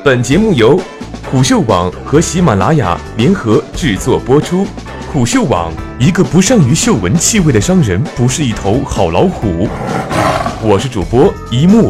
本节目由虎嗅网和喜马拉雅联合制作播出。虎嗅网：一个不善于嗅闻气味的商人不是一头好老虎。我是主播一木。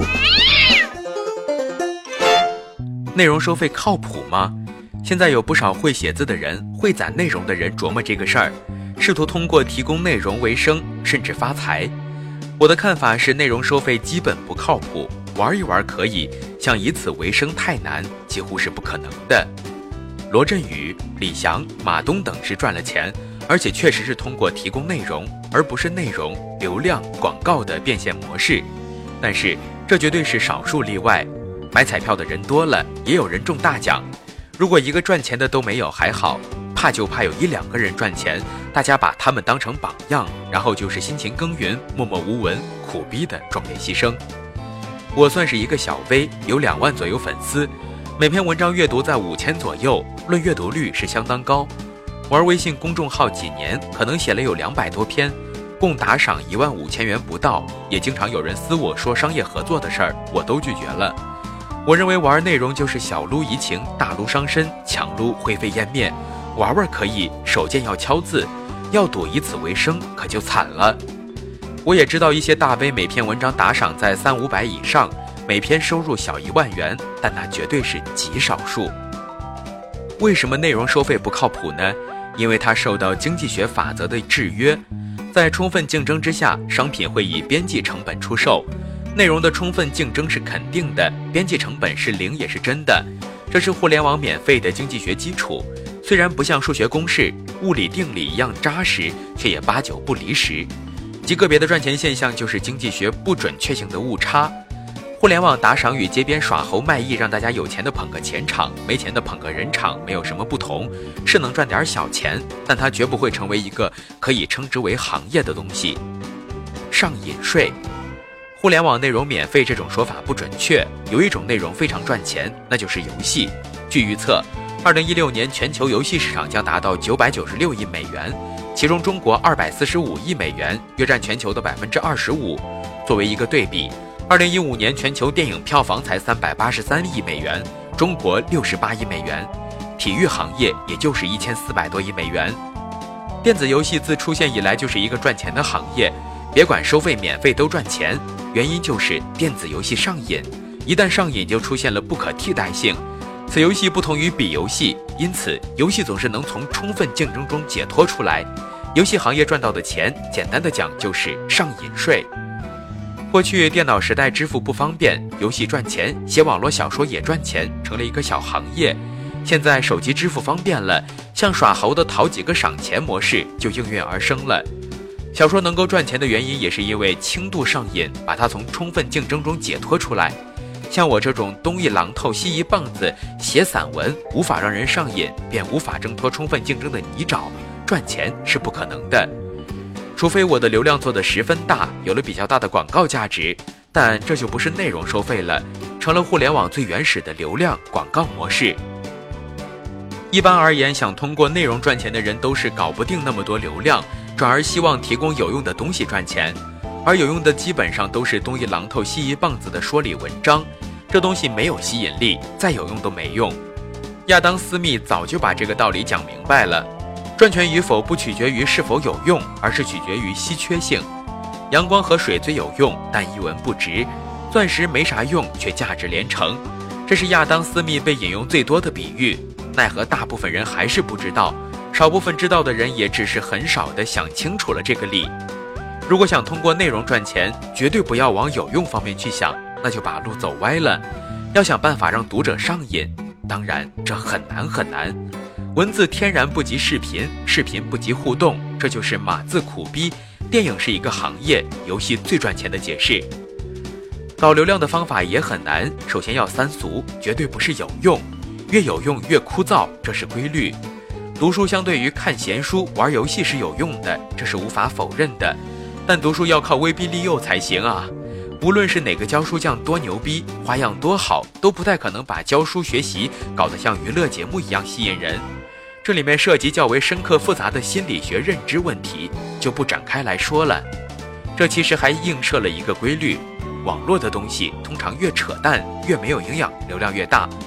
内容收费靠谱吗？现在有不少会写字的人、会攒内容的人琢磨这个事儿，试图通过提供内容为生，甚至发财。我的看法是，内容收费基本不靠谱，玩一玩可以，想以此为生太难，几乎是不可能的。罗振宇、李翔、马东等是赚了钱，而且确实是通过提供内容，而不是内容、流量、广告的变现模式。但是这绝对是少数例外，买彩票的人多了，也有人中大奖。如果一个赚钱的都没有还好，怕就怕有一两个人赚钱，大家把他们当成榜样，然后就是辛勤耕耘、默默无闻、苦逼的壮烈牺牲。我算是一个小 V， 有2万左右粉丝，每篇文章阅读在5000左右，论阅读率是相当高。玩微信公众号几年，可能写了有200多篇，共打赏15000元不到，也经常有人私我说商业合作的事儿，我都拒绝了。我认为玩内容就是小撸怡情，大撸伤身，强撸灰飞烟灭。玩玩可以，手贱要敲字，要赌以此为生可就惨了。我也知道一些大 V 每篇文章打赏在300-500以上，每篇收入小1万元，但那绝对是极少数。为什么内容收费不靠谱呢？因为它受到经济学法则的制约，在充分竞争之下，商品会以边际成本出售。内容的充分竞争是肯定的，边际成本是0也是真的，这是互联网免费的经济学基础。虽然不像数学公式、物理定理一样扎实，却也8-9不离十。极个别的赚钱现象就是经济学不准确性的误差。互联网打赏与街边耍猴卖艺，让大家有钱的捧个钱场，没钱的捧个人场，没有什么不同，是能赚点小钱，但它绝不会成为一个可以称之为行业的东西。上瘾税。互联网内容免费这种说法不准确，有一种内容非常赚钱，那就是游戏。据预测，2016年全球游戏市场将达到996亿美元，其中中国245亿美元，约占全球的25%。作为一个对比，2015年全球电影票房才383亿美元，中国68亿美元，体育行业也就是1400多亿美元。电子游戏自出现以来就是一个赚钱的行业，别管收费免费都赚钱，原因就是电子游戏上瘾，一旦上瘾就出现了不可替代性。此游戏不同于彼游戏，因此游戏总是能从充分竞争中解脱出来。游戏行业赚到的钱，简单的讲就是上瘾税。过去电脑时代支付不方便，游戏赚钱，写网络小说也赚钱，成了一个小行业。现在手机支付方便了，像耍猴的淘几个赏钱模式就应运而生了。小说能够赚钱的原因也是因为轻度上瘾，把它从充分竞争中解脱出来。像我这种东一榔头西一棒子写散文，无法让人上瘾，便无法挣脱充分竞争的泥沼，赚钱是不可能的。除非我的流量做得十分大，有了比较大的广告价值，但这就不是内容收费了，成了互联网最原始的流量广告模式。一般而言，想通过内容赚钱的人都是搞不定那么多流量，转而希望提供有用的东西赚钱，而有用的基本上都是东一榔头西一棒子的说理文章，这东西没有吸引力，再有用都没用。亚当·斯密早就把这个道理讲明白了，赚钱与否不取决于是否有用，而是取决于稀缺性。阳光和水最有用，但一文不值；钻石没啥用，却价值连城。这是亚当·斯密被引用最多的比喻，奈何大部分人还是不知道，少部分知道的人也只是很少的想清楚了这个理。如果想通过内容赚钱，绝对不要往有用方面去想，那就把路走歪了。要想办法让读者上瘾，当然这很难很难。文字天然不及视频，视频不及互动，这就是码字苦逼。电影是一个行业，游戏最赚钱的解释。搞流量的方法也很难，首先要三俗，绝对不是有用，越有用越枯燥，这是规律。读书相对于看闲书、玩游戏是有用的，这是无法否认的，但读书要靠威逼利诱才行啊。无论是哪个教书匠多牛逼，花样多好，都不太可能把教书学习搞得像娱乐节目一样吸引人。这里面涉及较为深刻复杂的心理学认知问题，就不展开来说了。这其实还映射了一个规律，网络的东西通常越扯淡越没有营养，流量越大。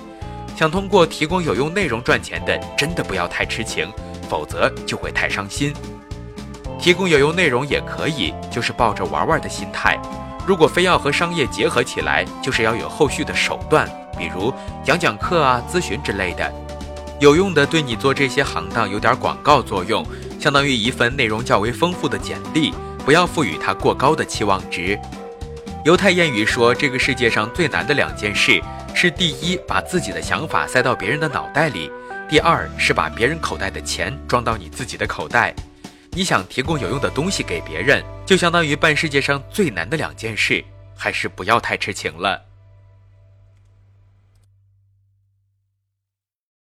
想通过提供有用内容赚钱的，真的不要太痴情，否则就会太伤心。提供有用内容也可以，就是抱着玩玩的心态。如果非要和商业结合起来，就是要有后续的手段，比如讲课啊、咨询之类的。有用的对你做这些行当有点广告作用，相当于一份内容较为丰富的简历，不要赋予它过高的期望值。犹太谚语说，这个世界上最难的2件事是：第一，把自己的想法塞到别人的脑袋里；第二，是把别人口袋的钱装到你自己的口袋。你想提供有用的东西给别人，就相当于办世界上最难的2件事，还是不要太痴情了。